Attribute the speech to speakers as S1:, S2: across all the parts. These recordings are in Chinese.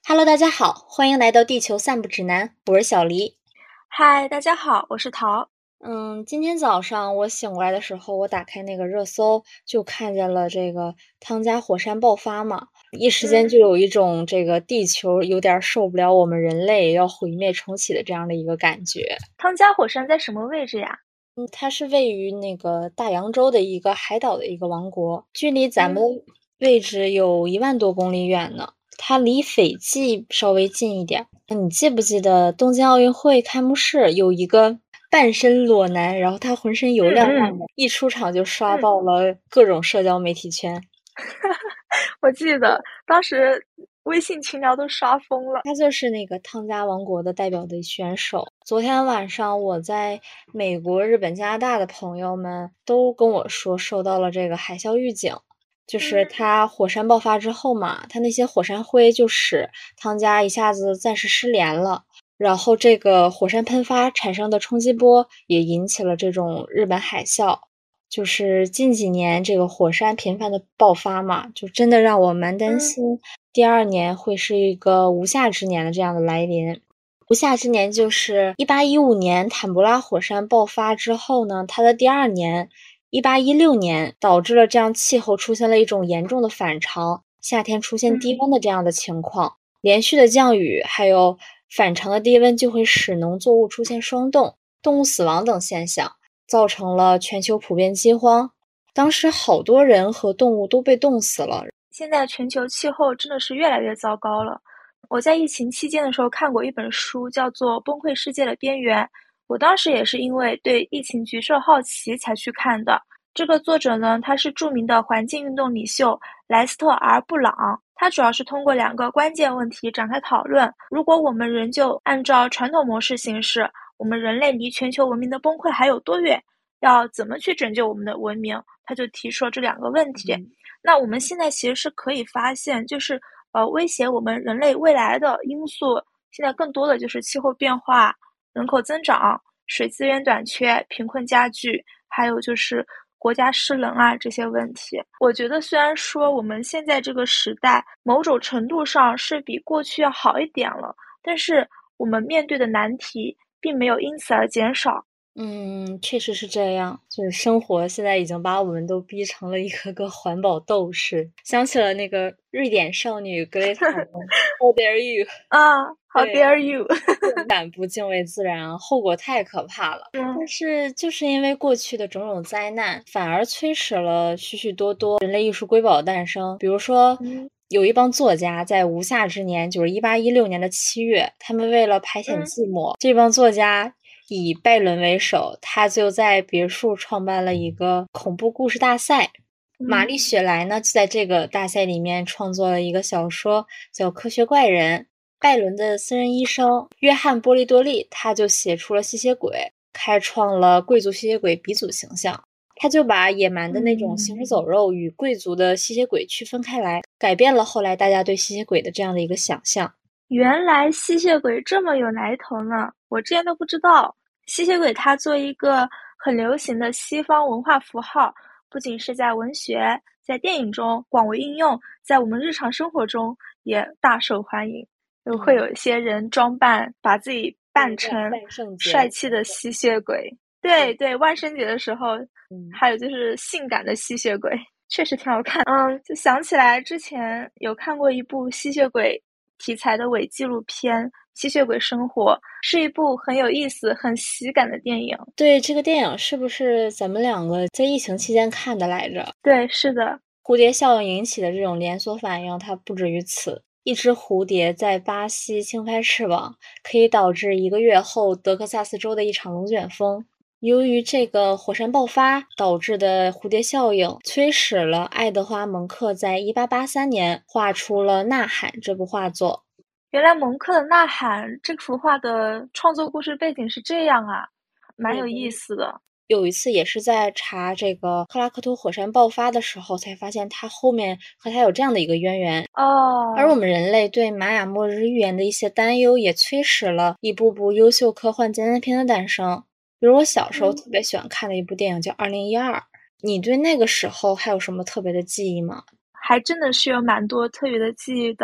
S1: Hello，大家好，欢迎来到地球散步指南，我是小黎。
S2: 嗨，大家好，我是桃。
S1: 今天早上我醒过来的时候，我打开那个热搜，就看见了这个汤加火山爆发嘛，一时间就有一种这个地球有点受不了我们人类要毁灭重启的这样的一个感觉。
S2: 汤加火山在什么位置呀？
S1: 它是位于那个大洋洲的一个海岛的一个王国，距离咱们
S2: 嗯，
S1: 位置有1万多公里远呢。它离斐济稍微近一点。你记不记得东京奥运会开幕式有一个半身裸男，然后他浑身油亮亮的，一出场就刷
S2: 嗯，
S1: 爆了各种社交媒体圈。
S2: 我记得当时微信群聊都刷疯了。
S1: 他就是那个汤加王国的代表的选手。昨天晚上我在美国、日本、加拿大的朋友们都跟我说，收到了这个海啸预警，就是它火山爆发之后嘛，它那些火山灰就使汤加一下子暂时失联了。然后这个火山喷发产生的冲击波也引起了这种日本海啸。就是近几年这个火山频繁的爆发嘛，就真的让我蛮担心第二年会是一个无夏之年的这样的来临。无夏之年就是1815年坦布拉火山爆发之后呢，它的第二年1816年导致了这样气候出现了一种严重的反常，夏天出现低温的这样的情况，连续的降雨还有反常的低温就会使农作物出现霜冻、动物死亡等现象，造成了全球普遍饥荒。当时好多人和动物都被冻死了。
S2: 现在全球气候真的是越来越糟糕了。我在疫情期间的时候看过一本书，叫做《崩溃世界的边缘》。我当时也是因为对疫情局势好奇才去看的。这个作者呢，他是著名的环境运动领袖莱斯特 ·R· 布朗。他主要是通过两个关键问题展开讨论：如果我们仍旧按照传统模式行事，我们人类离全球文明的崩溃还有多远？要怎么去拯救我们的文明？他就提出了这两个问题。那我们现在其实是可以发现，就是威胁我们人类未来的因素，现在更多的就是气候变化、人口增长、水资源短缺、贫困加剧，还有就是国家失能啊这些问题。我觉得虽然说我们现在这个时代某种程度上是比过去要好一点了，但是我们面对的难题并没有因此而减少。
S1: 确实是这样，就是生活现在已经把我们都逼成了一个个环保斗士。想起了那个瑞典少女格雷塔的 "How dare you"，
S2: 啊，How
S1: 对，
S2: dare you？
S1: 敢不敬畏自然，后果太可怕了。但是就是因为过去的种种灾难，反而催使了许许多多人类艺术瑰宝的诞生。比如说，有一帮作家在无夏之年，就是1816年7月，他们为了排遣寂寞，这帮作家以拜伦为首，他就在别墅创办了一个恐怖故事大赛。玛丽雪莱呢，就在这个大赛里面创作了一个小说，叫《科学怪人》。拜伦的私人医生约翰·波利多利，他就写出了吸血鬼，开创了贵族吸血鬼鼻祖形象。他就把野蛮的那种行尸走肉与贵族的吸血鬼区分开来，改变了后来大家对吸血鬼的这样的一个想象。
S2: 原来吸血鬼这么有来头呢，我之前都不知道。吸血鬼它作为一个很流行的西方文化符号，不仅是在文学、在电影中广为应用，在我们日常生活中也大受欢迎。就会有一些人装扮，把自己扮成
S1: 万圣节的
S2: 帅气的吸血鬼。对对，万圣节的时候，
S1: 嗯
S2: 还有就是性感的吸血鬼，确实挺好看。就想起来之前有看过一部吸血鬼题材的伪纪录片《吸血鬼生活》，是一部很有意思、很喜感的电影。
S1: 对，这个电影是不是咱们两个在疫情期间看的来着？
S2: 对，是的。
S1: 蝴蝶效应引起的这种连锁反应，它不止于此。一只蝴蝶在巴西轻拍翅膀，可以导致1个月后德克萨斯州的一场龙卷风。由于这个火山爆发导致的蝴蝶效应，催使了爱德华·蒙克在1883年画出了《呐喊》这部画作。
S2: 原来蒙克的《呐喊》这幅画的创作故事背景是这样啊，蛮有意思的。
S1: 有一次也是在查这个克拉克托火山爆发的时候，才发现它后面和它有这样的一个渊源。而我们人类对玛雅末日预言的一些担忧，也催使了一部部优秀科幻灾难片的诞生。比如我小时候特别喜欢看的一部电影叫《2012》，你对那个时候还有什么特别的记忆吗？
S2: 还真的是有蛮多特别的记忆的。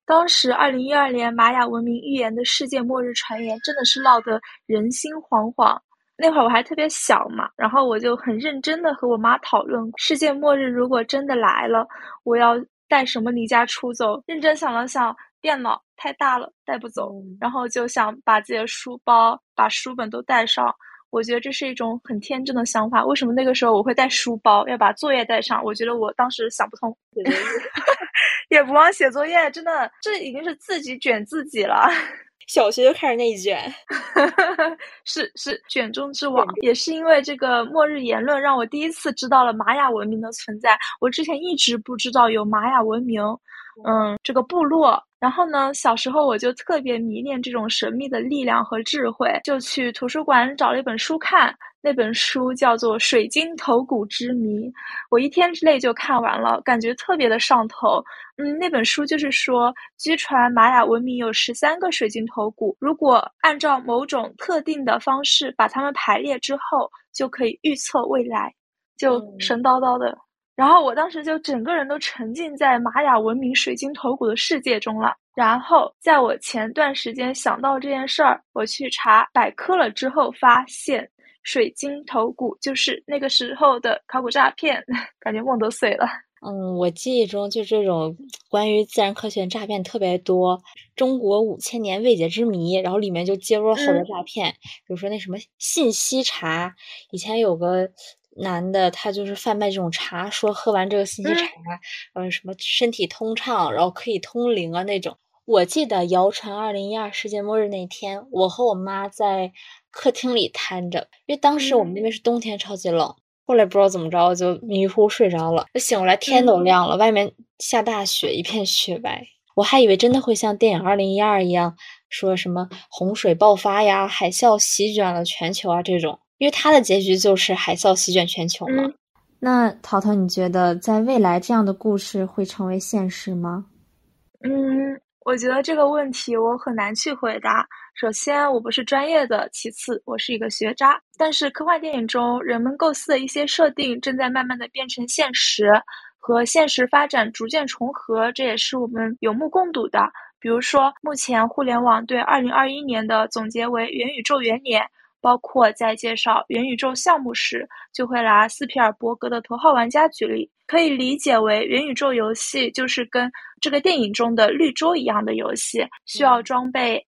S2: 当时2012年玛雅文明预言的世界末日传言真的是闹得人心惶惶。那会儿我还特别小嘛，然后我就很认真的和我妈讨论，世界末日如果真的来了，我要带什么离家出走？认真想了想，电脑太大了，带不走，然后就想把自己的书包、把书本都带上。我觉得这是一种很天真的想法。为什么那个时候我会带书包，要把作业带上？我觉得我当时想不通。
S1: 写作业
S2: 也不忘写作业，真的，这已经是自己卷自己了。
S1: 小学就开始内卷。
S2: 是卷中之王。也是因为这个末日言论，让我第一次知道了玛雅文明的存在。我之前一直不知道有玛雅文明，这个部落。然后呢，小时候我就特别迷恋这种神秘的力量和智慧，就去图书馆找了一本书看。那本书叫做《水晶头骨之谜》，我1天之内就看完了，感觉特别的上头。那本书就是说，据传玛雅文明有13个水晶头骨，如果按照某种特定的方式把它们排列之后，就可以预测未来，就神叨叨的。然后我当时就整个人都沉浸在玛雅文明水晶头骨的世界中了。然后在我前段时间想到这件事儿，我去查百科了之后，发现水晶头骨就是那个时候的考古诈骗，感觉梦都碎了。
S1: 我记忆中就这种关于自然科学诈骗特别多，中国5000年未解之谜，然后里面就接入了好多诈骗，比如说那什么信息茶，以前有个男的他就是贩卖这种茶，说喝完这个信息茶，什么身体通畅，然后可以通灵啊那种。我记得谣传2012世界末日那天，我和我妈在客厅里瘫着，因为当时我们那边是冬天，超级冷。后来不知道怎么着，就迷糊睡着了。醒过来天都亮了，外面下大雪，一片雪白。我还以为真的会像电影2012一样，说什么洪水爆发呀、海啸席卷了全球啊这种，因为它的结局就是海啸席卷全球嘛。那淘淘，你觉得在未来这样的故事会成为现实吗？
S2: 我觉得这个问题我很难去回答。首先，我不是专业的；其次，我是一个学渣。但是，科幻电影中人们构思的一些设定正在慢慢的变成现实，和现实发展逐渐重合，这也是我们有目共睹的。比如说，目前互联网对2021年的总结为元宇宙元年，包括在介绍元宇宙项目时，就会拿斯皮尔伯格的《头号玩家》举例。可以理解为元宇宙游戏就是跟这个电影中的绿洲一样的游戏，需要装备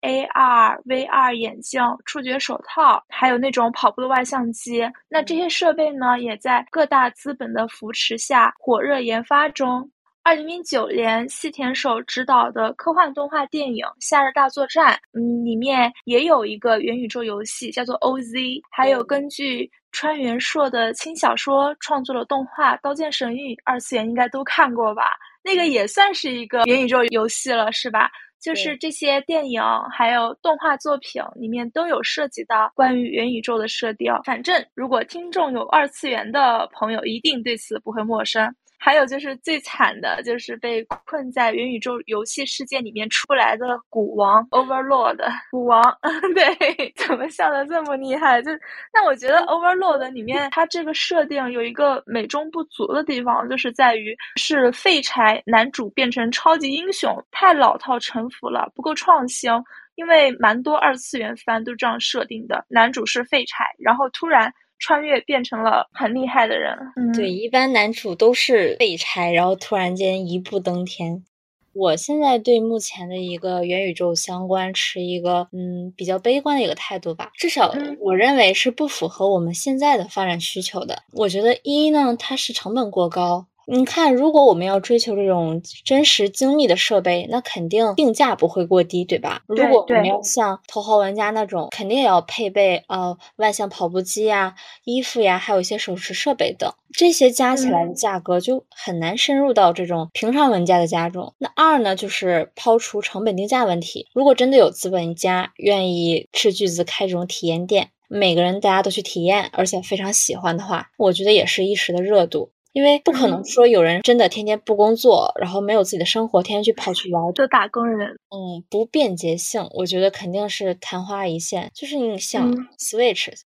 S2: AR、VR 眼镜、触觉手套，还有那种跑步的外相机。那这些设备呢，也在各大资本的扶持下火热研发中。2009年，细田守执导的科幻动画电影《夏日大作战》，里面也有一个元宇宙游戏，叫做 OZ， 还有根据川原硕的轻小说创作的动画《刀剑神域》，2次元应该都看过吧？那个也算是一个元宇宙游戏了，是吧？就是这些电影还有动画作品里面都有涉及到关于元宇宙的设定。反正如果听众有2次元的朋友，一定对此不会陌生。还有就是最惨的，就是被困在元宇宙游戏世界里面出不来的古王 Overlord。古王，对，怎么笑得这么厉害？那我觉得 Overlord 里面它这个设定有一个美中不足的地方，就是在于是废柴男主变成超级英雄，太老套陈腐了，不够创新。因为蛮多2次元番都这样设定的，男主是废柴，然后突然穿越变成了很厉害的人。
S1: 对，一般男主都是废柴，然后突然间一步登天。我现在对目前的一个元宇宙相关持一个比较悲观的一个态度吧，至少我认为是不符合我们现在的发展需求的。我觉得一呢，它是成本过高。你看，如果我们要追求这种真实精密的设备，那肯定定价不会过低，对吧？如果我们要像头号玩家那种，肯定也要配备万向跑步机呀、衣服呀，还有一些手持设备等，这些加起来的价格就很难深入到这种平常玩家的家中。那二呢，就是抛除成本定价问题，如果真的有资本家愿意斥巨资开这种体验店，每个人大家都去体验，而且非常喜欢的话，我觉得也是一时的热度。因为不可能说有人真的天天不工作，然后没有自己的生活，天天去跑去玩，
S2: 做打工人。
S1: 不便捷性，我觉得肯定是昙花一现。就是你想 Switch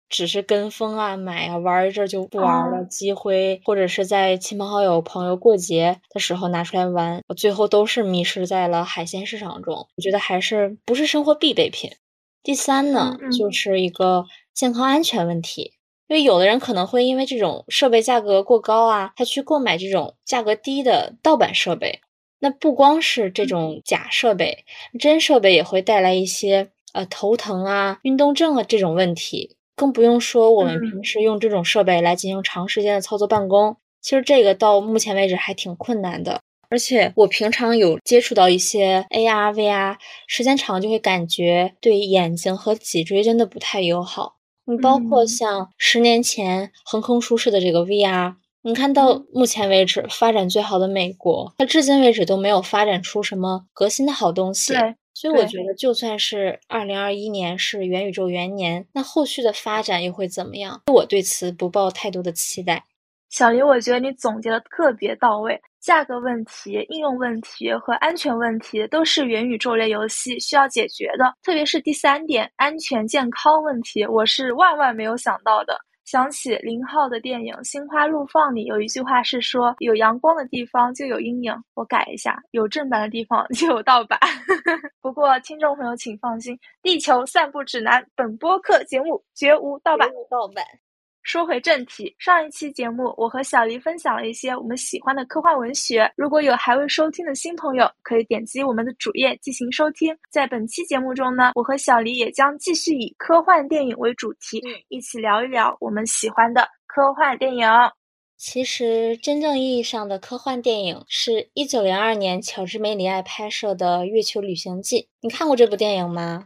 S1: 只是跟风啊买啊玩一阵就不玩了，积灰或者是在亲朋好友朋友过节的时候拿出来玩，我最后都是迷失在了海鲜市场中。我觉得还是不是生活必备品。第三呢，就是一个健康安全问题。因为有的人可能会因为这种设备价格过高啊，他去购买这种价格低的盗版设备。那不光是这种假设备，真设备也会带来一些头疼啊、运动症啊这种问题。更不用说我们平时用这种设备来进行长时间的操作办公，其实这个到目前为止还挺困难的。而且我平常有接触到一些 AR、VR， 时间长就会感觉对眼睛和脊椎真的不太友好。包括像10年前横空出世的这个 VR， 你看到目前为止发展最好的美国，它至今为止都没有发展出什么革新的好东西。
S2: 对，
S1: 所以我觉得就算是2021年是元宇宙元年，那后续的发展又会怎么样？我对此不抱太多的期待。
S2: 小黎，我觉得你总结的特别到位，价格问题、应用问题和安全问题都是元宇宙类游戏需要解决的。特别是第3点，安全健康问题，我是万万没有想到的。想起林浩的电影《心花怒放》里有一句话是说，有阳光的地方就有阴影，我改一下，有正版的地方就有盗版。不过听众朋友请放心，地球散步指南本播客节目绝无盗版。说回正题，上一期节目我和小黎分享了一些我们喜欢的科幻文学，如果有还未收听的新朋友，可以点击我们的主页进行收听。在本期节目中呢，我和小黎也将继续以科幻电影为主题，一起聊一聊我们喜欢的科幻电影。
S1: 其实真正意义上的科幻电影是1902年乔治梅里爱拍摄的《月球旅行记》，你看过这部电影吗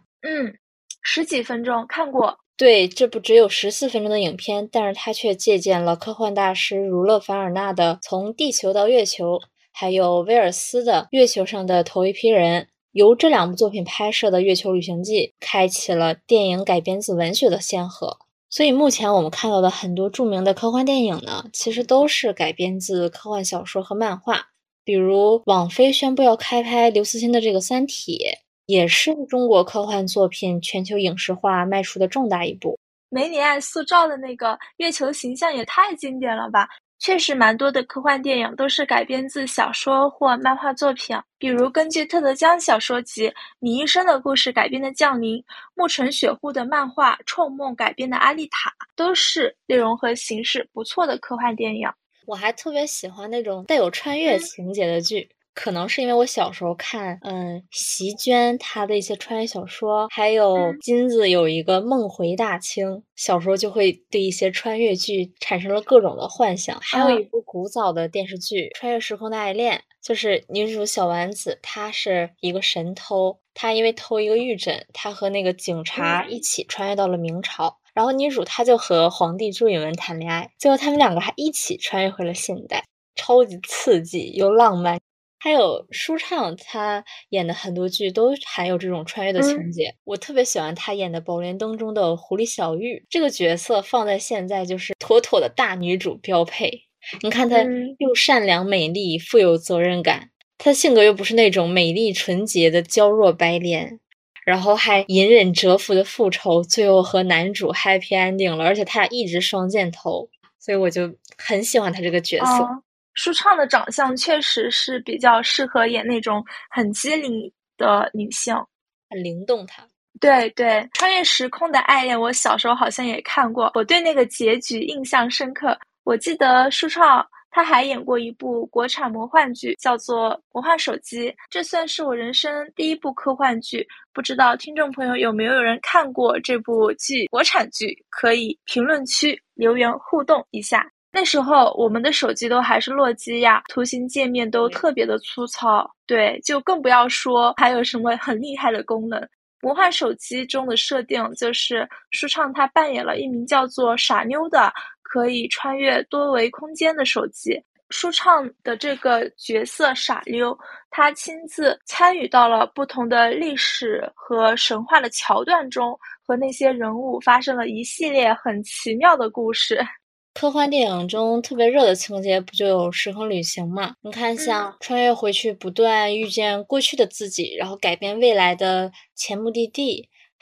S2: ？10几分钟看过。
S1: 对，这部只有14分钟的影片，但是它却借鉴了科幻大师儒勒·凡尔纳的《从地球到月球》，还有威尔斯的《月球上的头一批人》。由这2部作品拍摄的《月球旅行记》开启了电影改编自文学的先河。所以目前我们看到的很多著名的科幻电影呢，其实都是改编自科幻小说和漫画。比如网飞宣布要开拍刘慈欣的这个《三体》，也是中国科幻作品全球影视化迈出的重大一步。
S2: 梅里爱塑造的那个月球形象也太经典了吧！确实蛮多的科幻电影都是改编自小说或漫画作品，比如根据特德·江小说集《你一生的故事》改编的《降临》，木村雪户的漫画《冲梦》改编的《阿丽塔》，都是内容和形式不错的科幻电影。
S1: 我还特别喜欢那种带有穿越情节的剧，可能是因为我小时候看席娟她的一些穿越小说，还有金子有一个梦回大清，小时候就会对一些穿越剧产生了各种的幻想。还有一部古早的电视剧《穿越时空的爱恋》，就是女主小丸子，她是一个神偷，她因为偷一个玉枕，她和那个警察一起穿越到了明朝。然后女主她就和皇帝朱允炆谈恋爱，最后他们2个还一起穿越回了现代，超级刺激又浪漫。还有舒畅，他演的很多剧都含有这种穿越的情节。我特别喜欢他演的《宝莲灯》中的狐狸小玉，这个角色放在现在就是妥妥的大女主标配。你看她又善良美丽，富有责任感，她的性格又不是那种美丽纯洁的娇弱白莲，然后还隐忍蛰伏的复仇，最后和男主 happy ending 了，而且他俩一直双箭头，所以我就很喜欢他这个角色。
S2: 舒畅的长相确实是比较适合演那种很机灵的女性，
S1: 很灵动她。
S2: 对对，穿越时空的爱恋，我小时候好像也看过，我对那个结局印象深刻。我记得舒畅他还演过一部国产魔幻剧，叫做《魔幻手机》，这算是我人生第一部科幻剧。不知道听众朋友有没有人看过这部剧，国产剧？可以评论区留言互动一下。那时候我们的手机都还是诺基亚，图形界面都特别的粗糙，对，就更不要说还有什么很厉害的功能。魔幻手机中的设定就是舒畅他扮演了一名叫做傻妞的可以穿越多维空间的手机。舒畅的这个角色傻妞，他亲自参与到了不同的历史和神话的桥段中，和那些人物发生了一系列很奇妙的故事。
S1: 科幻电影中特别热的情节不就有时空旅行嘛？你看像穿越回去不断遇见过去的自己，然后改变未来的前目的地，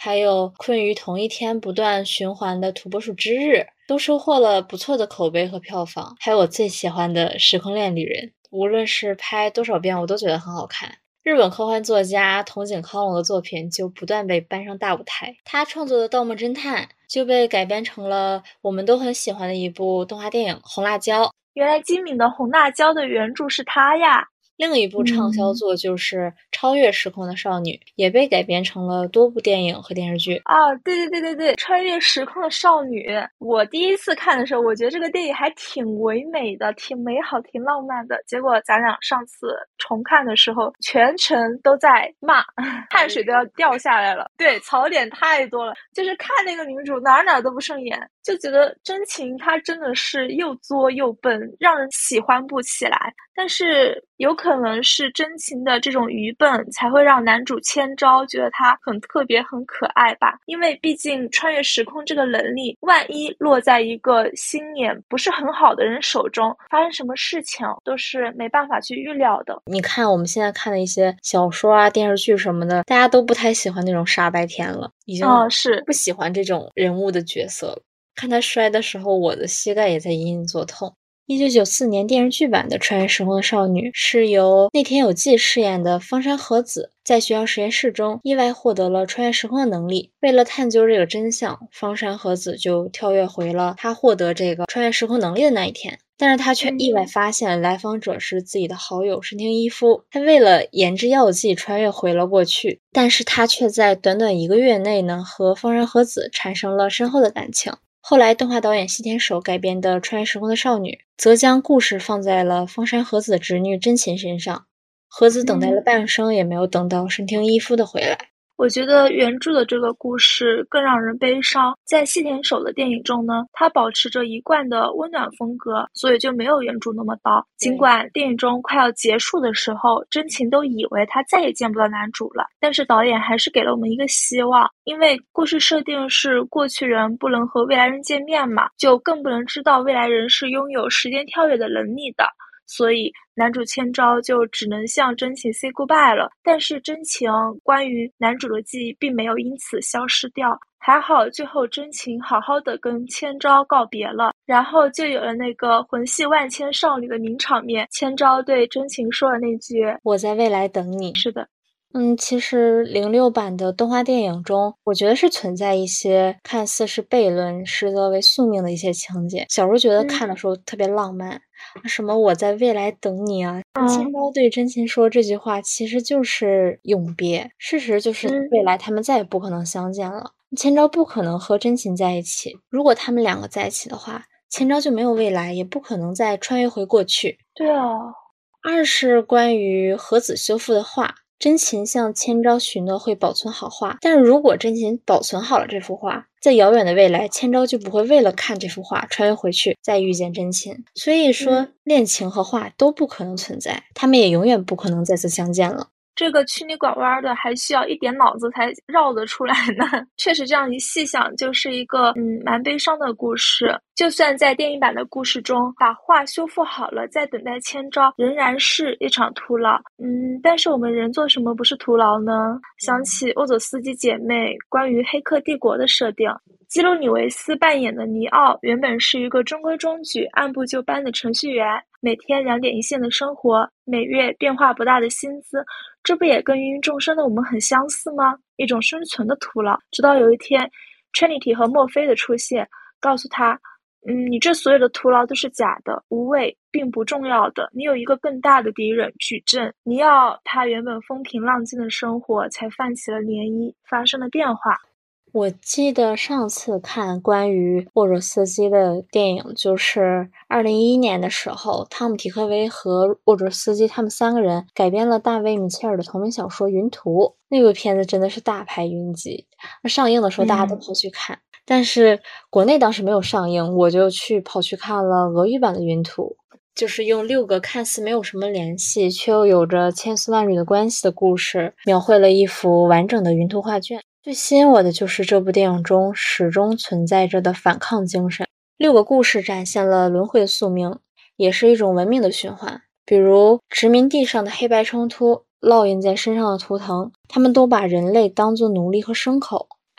S1: 还有困于同一天不断循环的土拨鼠之日，都收获了不错的口碑和票房。还有我最喜欢的时空恋旅人，无论是拍多少遍我都觉得很好看。日本科幻作家筒井康隆的作品就不断被搬上大舞台，他创作的《盗梦侦探》就被改编成了我们都很喜欢的一部动画电影《红辣椒》。
S2: 原来金敏的《红辣椒》的原著是他呀。
S1: 另一部畅销作就是《超越时空的少女》，也被改编成了多部电影和电视剧。
S2: 对，穿越时空的少女，我第一次看的时候，我觉得这个电影还挺唯美的，挺美好，挺浪漫的。结果咱俩上次重看的时候，全程都在骂，汗水都要掉下来了。对，槽点太多了，就是看那个女主哪都不顺眼，就觉得真情她真的是又作又笨，让人喜欢不起来。但是有可能是真情的这种愚笨，才会让男主千昭觉得他很特别、很可爱吧。因为毕竟穿越时空这个能力，万一落在一个心眼不是很好的人手中，发生什么事情都是没办法去预料的。
S1: 你看我们现在看的一些小说啊、电视剧什么的，大家都不太喜欢那种傻白甜了，已经
S2: 是
S1: 不喜欢这种人物的角色了。看他摔的时候，我的膝盖也在隐隐作痛。1994年电视剧版的《穿越时空的少女》是由内田有纪饰演的方山和子，在学校实验室中意外获得了穿越时空的能力。为了探究这个真相，方山和子就跳跃回了他获得这个穿越时空能力的那一天。但是他却意外发现来访者是自己的好友深町一夫，他为了研制药剂穿越回了过去，但是他却在短短1个月内呢和方山和子产生了深厚的感情。后来动画导演细田守改编的《穿越时空的少女》则将故事放在了方山和子的侄女真琴身上，和子等待了半生也没有等到深町一夫的回来。
S2: 我觉得原著的这个故事更让人悲伤。在细田守的电影中呢，他保持着一贯的温暖风格，所以就没有原著那么刀。尽管电影中快要结束的时候，真情都以为他再也见不到男主了，但是导演还是给了我们一个希望。因为故事设定是过去人不能和未来人见面嘛，就更不能知道未来人是拥有时间跳跃的能力的。所以男主千昭就只能向真情 say goodbye 了，但是真情关于男主的记忆并没有因此消失掉，还好最后真情好好的跟千昭告别了，然后就有了那个魂系万千少女的名场面，千昭对真情说了那句
S1: 我在未来等你。
S2: 是的。
S1: 其实06版的动画电影中，我觉得是存在一些看似是悖论，实则为宿命的一些情节。小时候觉得看的时候特别浪漫，什么我在未来等你啊。千昭对真琴说这句话其实就是永别，事实就是未来他们再也不可能相见了。千昭不可能和真琴在一起，如果他们两个在一起的话，千昭就没有未来，也不可能再穿越回过去。
S2: 对啊。
S1: 二是关于和子修复的画。真琴向千昭许诺会保存好画，但是如果真琴保存好了这幅画，在遥远的未来，千昭就不会为了看这幅画穿越回去再遇见真琴。所以说，恋情和画都不可能存在，他们也永远不可能再次相见了。
S2: 这个曲里拐弯的还需要一点脑子才绕得出来呢。确实这样一细想，就是一个蛮悲伤的故事。就算在电影版的故事中把画修复好了，在等待千昭，仍然是一场徒劳。但是我们人做什么不是徒劳呢？想起欧佐斯基姐妹关于黑客帝国的设定，基努里维斯扮演的尼奥原本是一个中规中矩、按部就班的程序员，每天2点1线的生活，每月变化不大的薪资，这不也跟芸芸众生的我们很相似吗？一种生存的徒劳。直到有一天 Trinity 和墨菲的出现，告诉他你这所有的徒劳都是假的，无谓，并不重要的，你有一个更大的敌人，矩阵。尼奥他原本风平浪静的生活才泛起了涟漪，发生了变化。
S1: 我记得上次看关于沃卓斯基的电影，就是2011年的时候，汤姆·提克维和沃卓斯基他们3个人改编了大卫·米切尔的同名小说《云图》。那部片子真的是大牌云集，上映的时候大家都跑去看，但是国内当时没有上映，我就跑去看了俄语版的《云图》，就是用6个看似没有什么联系，却又有着千丝万缕的关系的故事，描绘了一幅完整的云图画卷。最吸引我的就是这部电影中始终存在着的反抗精神。6个故事展现了轮回的宿命，也是一种文明的循环。比如殖民地上的黑白冲突，烙印在身上的图腾，他们都把人类当作奴隶和牲口，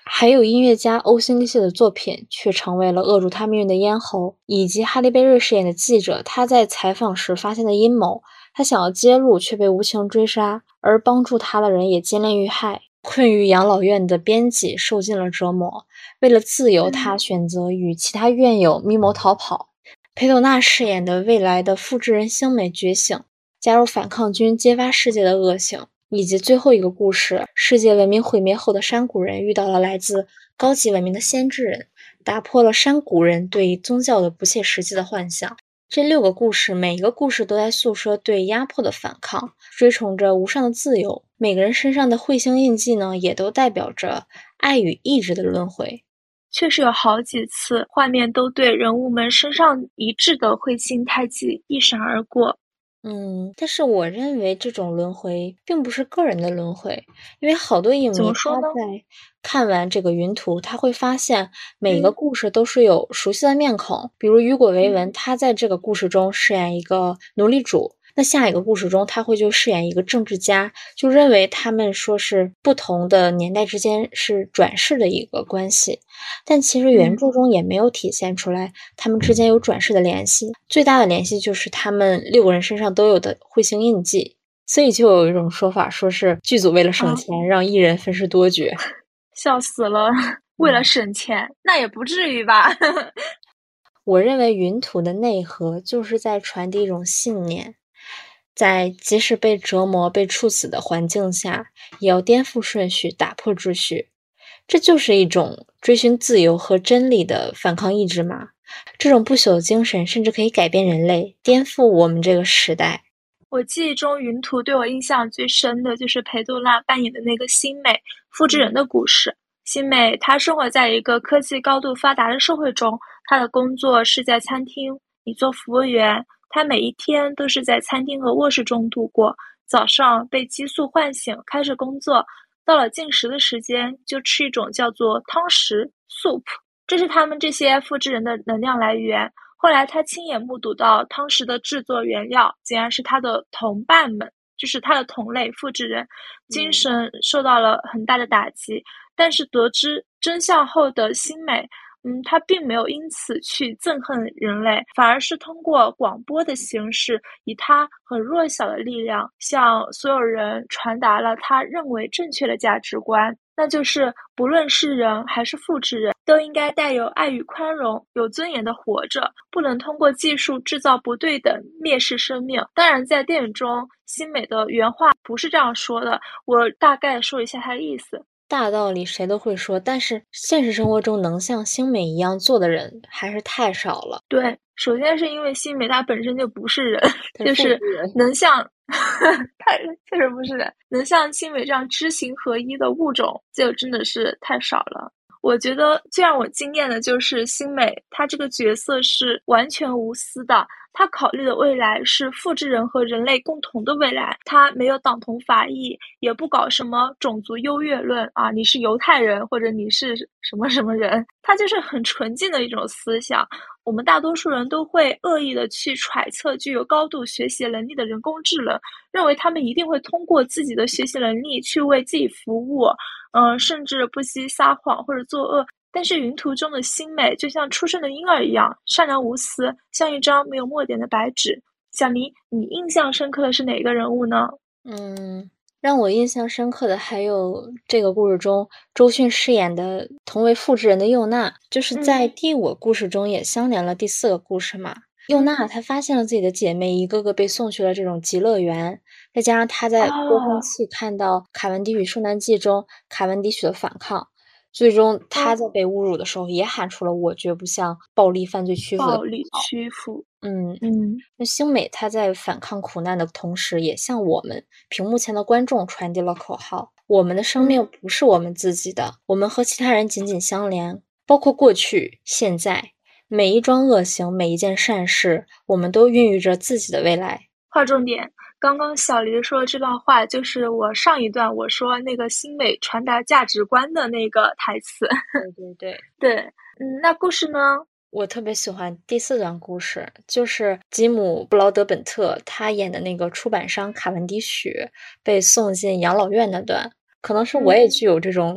S1: 还有音乐家欧辛利谢的作品却成为了扼住他命运的咽喉，以及哈利贝瑞饰演的记者，他在采访时发现的阴谋，他想要揭露却被无情追杀，而帮助他的人也奸廉遇害。困于养老院的编辑受尽了折磨，为了自由，他选择与其他院友密谋逃跑。裴斗娜饰演的未来的复制人星美觉醒，加入反抗军，揭发世界的恶行。以及最后一个故事，世界文明毁灭后的山谷人遇到了来自高级文明的先知人，打破了山谷人对宗教的不切实际的幻想。这6个故事，每一个故事都在诉说对压迫的反抗，追崇着无上的自由。每个人身上的彗星印记呢，也都代表着爱与意志的轮回。
S2: 确实有好几次画面都对人物们身上一致的彗星太极一闪而过。
S1: 但是我认为这种轮回并不是个人的轮回，因为好多影迷他在看完这个云图，他会发现每个故事都是有熟悉的面孔，比如雨果·维文，他在这个故事中饰演一个奴隶主，那下一个故事中他会就饰演一个政治家，就认为他们说是不同的年代之间是转世的一个关系，但其实原著中也没有体现出来他们之间有转世的联系，最大的联系就是他们6个人身上都有的彗星印记，所以就有一种说法说是剧组为了省钱，让艺人分饰多角。
S2: 笑死了，为了省钱，那也不至于吧。
S1: 我认为云图的内核就是在传递一种信念，在即使被折磨、被处死的环境下，也要颠覆顺序，打破秩序。这就是一种追寻自由和真理的反抗意志嘛。这种不朽的精神甚至可以改变人类，颠覆我们这个时代。
S2: 我记忆中云图对我印象最深的就是裴斗娜扮演的那个星美复制人的故事。星美她生活在一个科技高度发达的社会中，她的工作是在餐厅里做服务员，她每一天都是在餐厅和卧室中度过。早上被激素唤醒，开始工作，到了进食的时间就吃一种叫做汤匙 soup， 这是他们这些复制人的能量来源。后来他亲眼目睹到汤匙的制作原料竟然是他的同伴们，就是他的同类复制人，精神受到了很大的打击。但是得知真相后的星美，他并没有因此去憎恨人类，反而是通过广播的形式，以他很弱小的力量，向所有人传达了他认为正确的价值观。那就是不论是人还是复制人，都应该带有爱与宽容，有尊严的活着，不能通过技术制造不对等，蔑视生命。当然在电影中星美的原话不是这样说的，我大概说一下他的意思。
S1: 大道理谁都会说，但是现实生活中能像星美一样做的人还是太少了。
S2: 对，首先是因为星美她本身就不是人，就是能像她确实不是人，能像星美这样知行合一的物种就真的是太少了。我觉得最让我惊艳的就是星美，她这个角色是完全无私的，她考虑的未来是复制人和人类共同的未来，她没有党同伐异，也不搞什么种族优越论啊，你是犹太人或者你是什么什么人，她就是很纯净的一种思想。我们大多数人都会恶意的去揣测具有高度学习能力的人工智能，认为他们一定会通过自己的学习能力去为自己服务，甚至不惜撒谎或者作恶。但是云图中的星美就像出生的婴儿一样，善良无私，像一张没有墨点的白纸。小黎，你印象深刻的是哪个人物呢？
S1: 让我印象深刻的还有这个故事中周迅饰演的同为复制人的佑娜，就是在第5个故事中也相连了第4个故事嘛。佑娜她发现了自己的姐妹一个个被送去了这种极乐园，再加上她在播放器看到卡文迪许圣诞季中卡文迪许的反抗，最终她在被侮辱的时候也喊出了我绝不向暴力犯罪屈服的
S2: 暴力屈服。
S1: 那星美她在反抗苦难的同时，也向我们屏幕前的观众传递了口号：我们的生命不是我们自己的，我们和其他人紧紧相连，包括过去、现在，每一桩恶行，每一件善事，我们都孕育着自己的未来。
S2: 划重点，刚刚小黎说的这段话，就是我上一段我说那个星美传达价值观的那个台词。对，那故事呢？
S1: 我特别喜欢第4段故事，就是吉姆·布劳德本特他演的那个出版商卡文迪许被送进养老院那段。可能是我也具有这种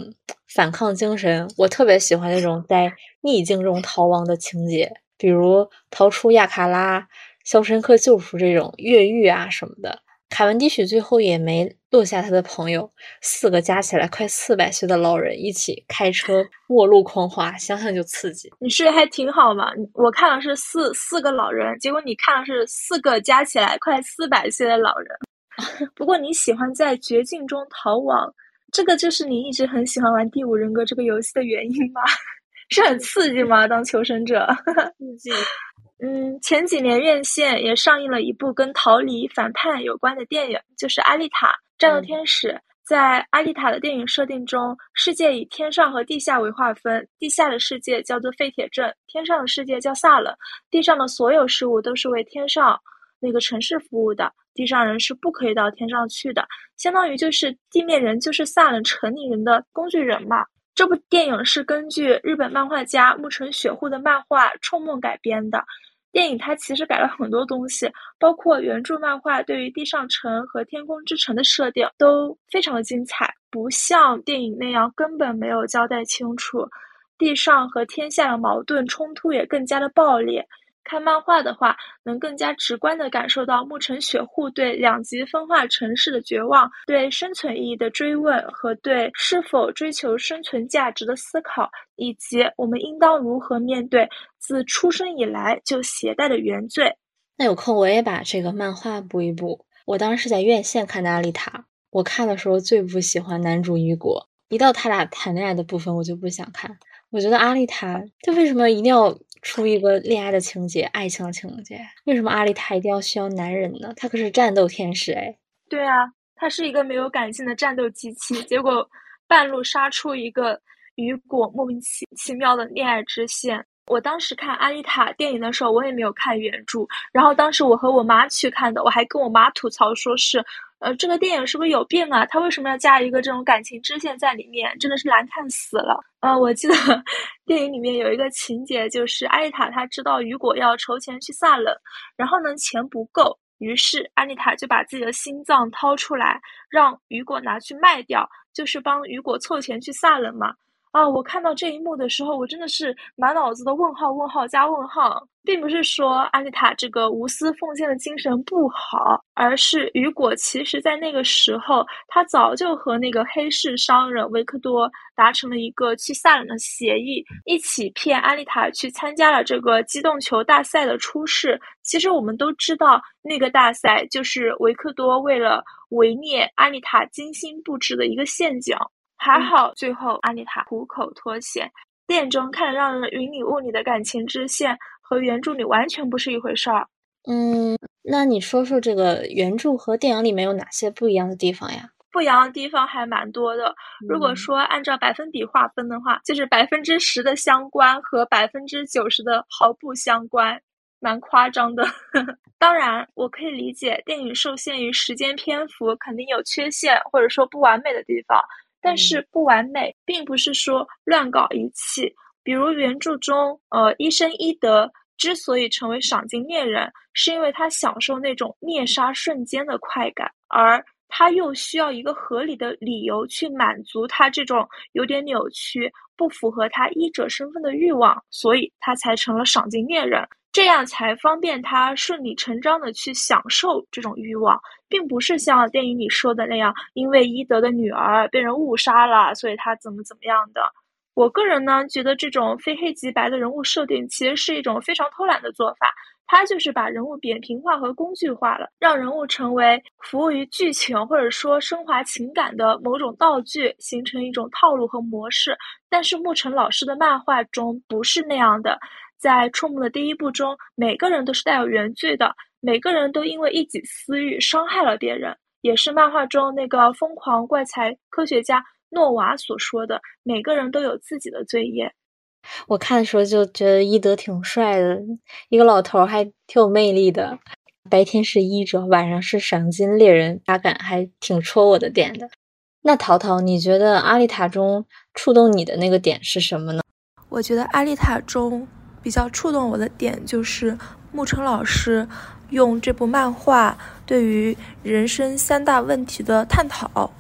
S1: 反抗精神，我特别喜欢那种在逆境中逃亡的情节，比如逃出亚卡拉、肖申克救赎这种越狱啊什么的。凯文迪许最后也没落下他的朋友，4个加起来快400岁的老人一起开车末路狂滑，想想就刺激。
S2: 你睡还挺好嘛，我看了是四个老人，结果你看了是4个加起来快400岁的老人。不过你喜欢在绝境中逃亡，这个就是你一直很喜欢玩第5人格这个游戏的原因吗？是很刺激吗？当求生者
S1: 刺激。
S2: 前几年院线也上映了一部跟逃离反叛有关的电影，就是《阿丽塔：战斗天使》。在阿丽塔的电影设定中，世界以天上和地下为划分，地下的世界叫做废铁镇，天上的世界叫萨冷。地上的所有事物都是为天上那个城市服务的，地上人是不可以到天上去的，相当于就是地面人就是萨冷城里人的工具人嘛。这部电影是根据日本漫画家木城雪户的漫画《冲梦》改编的。电影它其实改了很多东西，包括原著漫画对于地上城和天空之城的设定都非常的精彩，不像电影那样根本没有交代清楚。地上和天下的矛盾冲突也更加的暴烈。看漫画的话，能更加直观地感受到木城雪户对2极分化城市的绝望，对生存意义的追问和对是否追求生存价值的思考，以及我们应当如何面对自出生以来就携带的原罪。
S1: 那有空我也把这个漫画补一补。我当时是在院线看的阿丽塔，我看的时候最不喜欢男主雨果，一到他俩谈恋爱的部分我就不想看。我觉得阿丽塔他为什么一定要出一个恋爱的情节、爱情的情节？为什么阿丽塔一定要需要男人呢？他可是战斗天使哎。
S2: 对啊，他是一个没有感性的战斗机器，结果半路杀出一个雨果莫名其妙的恋爱支线。我当时看阿丽塔电影的时候，我也没有看原著，然后当时我和我妈去看的，我还跟我妈吐槽说是这个电影是不是有病啊？他为什么要加一个这种感情支线在里面？真的是难看死了。我记得电影里面有一个情节，就是阿丽塔她知道雨果要筹钱去萨冷，然后呢钱不够，于是阿丽塔就把自己的心脏掏出来，让雨果拿去卖掉，就是帮雨果凑钱去萨冷嘛。我看到这一幕的时候，我真的是满脑子的问号问号加问号，并不是说阿丽塔这个无私奉献的精神不好，而是雨果其实在那个时候，他早就和那个黑市商人维克多达成了一个去萨冷的协议，一起骗阿丽塔去参加了这个机动球大赛的初试。其实我们都知道，那个大赛就是维克多为了围灭阿丽塔精心布置的一个陷阱。还好最后阿丽塔虎口脱险。电影中看着让人云里雾里的感情支线和原著里完全不是一回事儿。
S1: 那你说说这个原著和电影里面有哪些不一样的地方呀？
S2: 不一样的地方还蛮多的。如果说按照百分比划分的话，就是10%的相关和90%的毫不相关，蛮夸张的。当然我可以理解电影受限于时间篇幅肯定有缺陷或者说不完美的地方，但是不完美并不是说乱搞一气。比如原著中医生伊德之所以成为赏金猎人，是因为他享受那种猎杀瞬间的快感，而他又需要一个合理的理由去满足他这种有点扭曲不符合他医者身份的欲望，所以他才成了赏金猎人，这样才方便他顺理成章的去享受这种欲望，并不是像电影里说的那样，因为伊德的女儿被人误杀了，所以他怎么样的。我个人呢，觉得这种非黑即白的人物设定其实是一种非常偷懒的做法，它就是把人物扁平化和工具化了，让人物成为服务于剧情或者说升华情感的某种道具，形成一种套路和模式。但是木城老师的漫画中不是那样的，在触目的第一部中，每个人都是带有原罪的，每个人都因为一己私欲伤害了别人，也是漫画中那个疯狂怪才科学家诺瓦所说的，每个人都有自己的罪业。
S1: 我看的时候就觉得伊德挺帅的，一个老头还挺有魅力的，白天是医者，晚上是赏金猎人，大感还挺戳我的点的。那淘淘，你觉得阿丽塔中触动你的那个点是什么呢？
S2: 我觉得阿丽塔中比较触动我的点就是木城老师用这部漫画对于人生3大问题的探讨。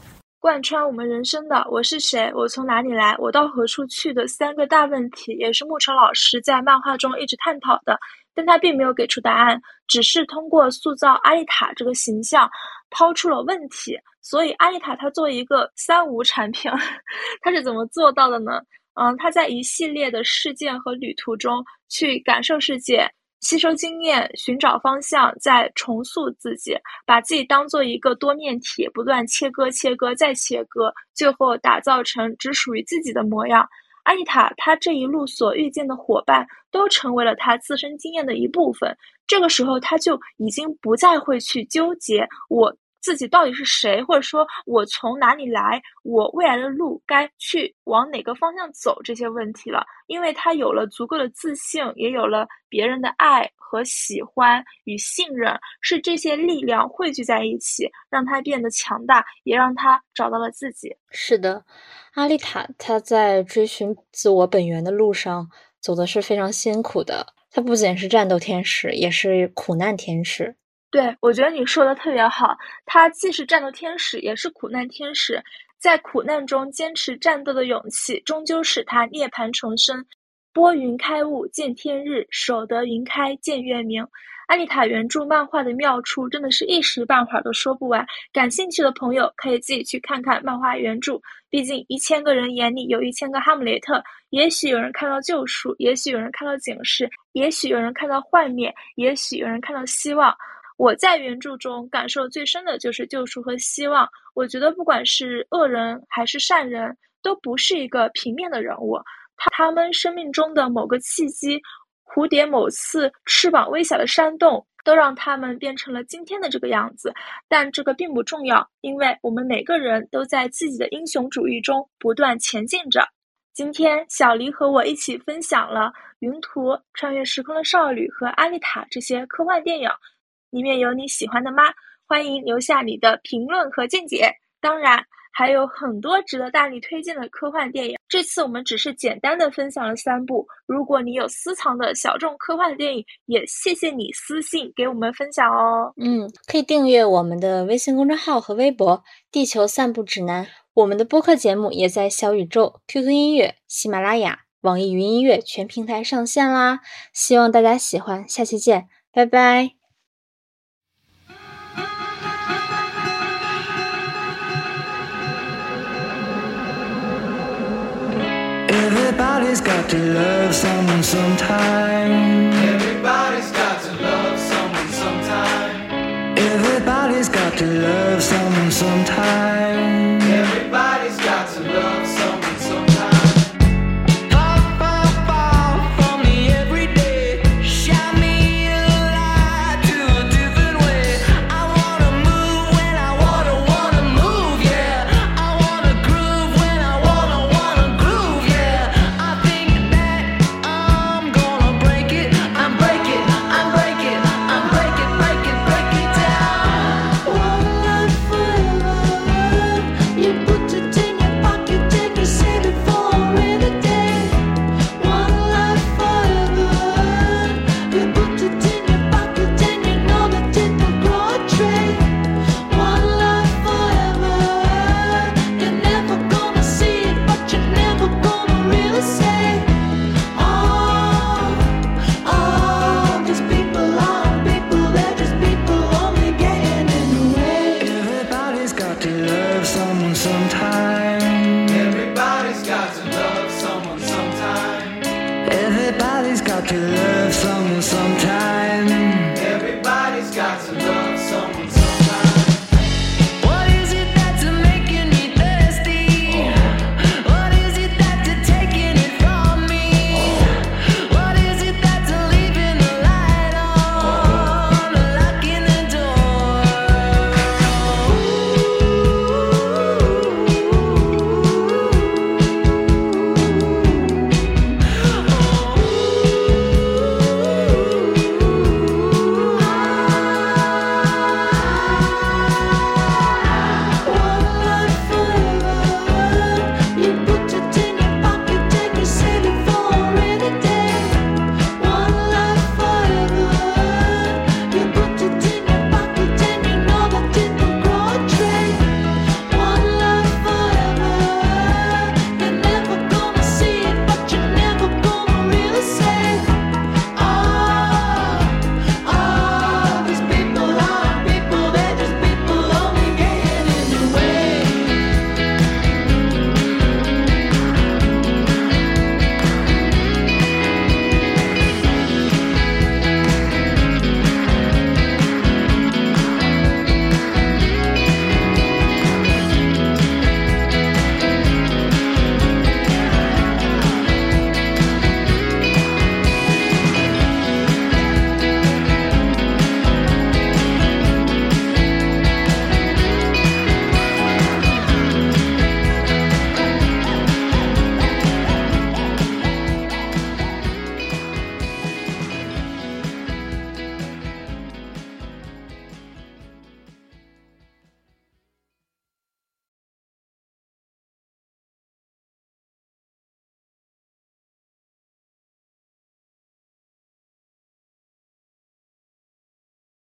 S2: 贯穿我们人生的我是谁，我从哪里来，我到何处去的3个大问题，也是牧尘老师在漫画中一直探讨的，但他并没有给出答案，只是通过塑造阿丽塔这个形象抛出了问题。所以阿丽塔她作为一个3无产品她是怎么做到的呢？她在一系列的事件和旅途中去感受世界，吸收经验，寻找方向，再重塑自己，把自己当做一个多面体，不断切割再切割，最后打造成只属于自己的模样。阿丽塔她这一路所遇见的伙伴都成为了她自身经验的一部分，这个时候她就已经不再会去纠结我自己到底是谁，或者说我从哪里来，我未来的路该去往哪个方向走这些问题了，因为他有了足够的自信，也有了别人的爱和喜欢与信任，是这些力量汇聚在一起，让他变得强大，也让他找到了自己。
S1: 是的，阿丽塔她在追寻自我本源的路上走的是非常辛苦的，她不仅是战斗天使，也是苦难天使。
S2: 对，我觉得你说的特别好，他既是战斗天使，也是苦难天使，在苦难中坚持战斗的勇气，终究使他涅槃重生。拨云开雾，见天日，守得云开见月明。阿丽塔原著漫画的妙处真的是一时半会儿都说不完，感兴趣的朋友可以自己去看看漫画原著，毕竟1000个人眼里有1000个哈姆雷特，也许有人看到救赎，也许有人看到警示，也许有人看到幻灭，也许有人看到希望。我在原著中感受最深的就是救赎和希望，我觉得不管是恶人还是善人，都不是一个平面的人物，他们生命中的某个契机，蝴蝶某次翅膀微小的扇动，都让他们变成了今天的这个样子。但这个并不重要，因为我们每个人都在自己的英雄主义中不断前进着。今天小黎和我一起分享了《云图》、《穿越时空的少女》和《阿丽塔》这些科幻电影，里面有你喜欢的吗？欢迎留下你的评论和见解。当然还有很多值得大力推荐的科幻电影，这次我们只是简单的分享了3部，如果你有私藏的小众科幻电影，也谢谢你私信给我们分享哦。
S1: 可以订阅我们的微信公众号和微博地球散步指南，我们的播客节目也在小宇宙、QQ 音乐、喜马拉雅、网易云音乐全平台上线啦，希望大家喜欢，下期见，拜拜。
S3: Everybody's got to love someone sometime. Everybody's got to love someone sometime. Everybody's got to love someone sometime. Everybody's got to love someone sometime. Far, far, far from me every day. Shine me a light to a different way. I wanna move when I wanna move, yeah. I wanna groove when I wanna groove, yeah. I think that I'm gonna break it. I'm breaking break it down. One life forever. You put it in your pocket, take it, save it for a rainy day. One life forever. You put it in your pocket and you know that it will grow a tree. One life forever. You're never gonna see it, but you're never gonna really say, just people are people, they're just people only getting in the way. Everybody's got to love someone sometime. Everybody's got to love someone sometime. Everybody's got to love someone sometime.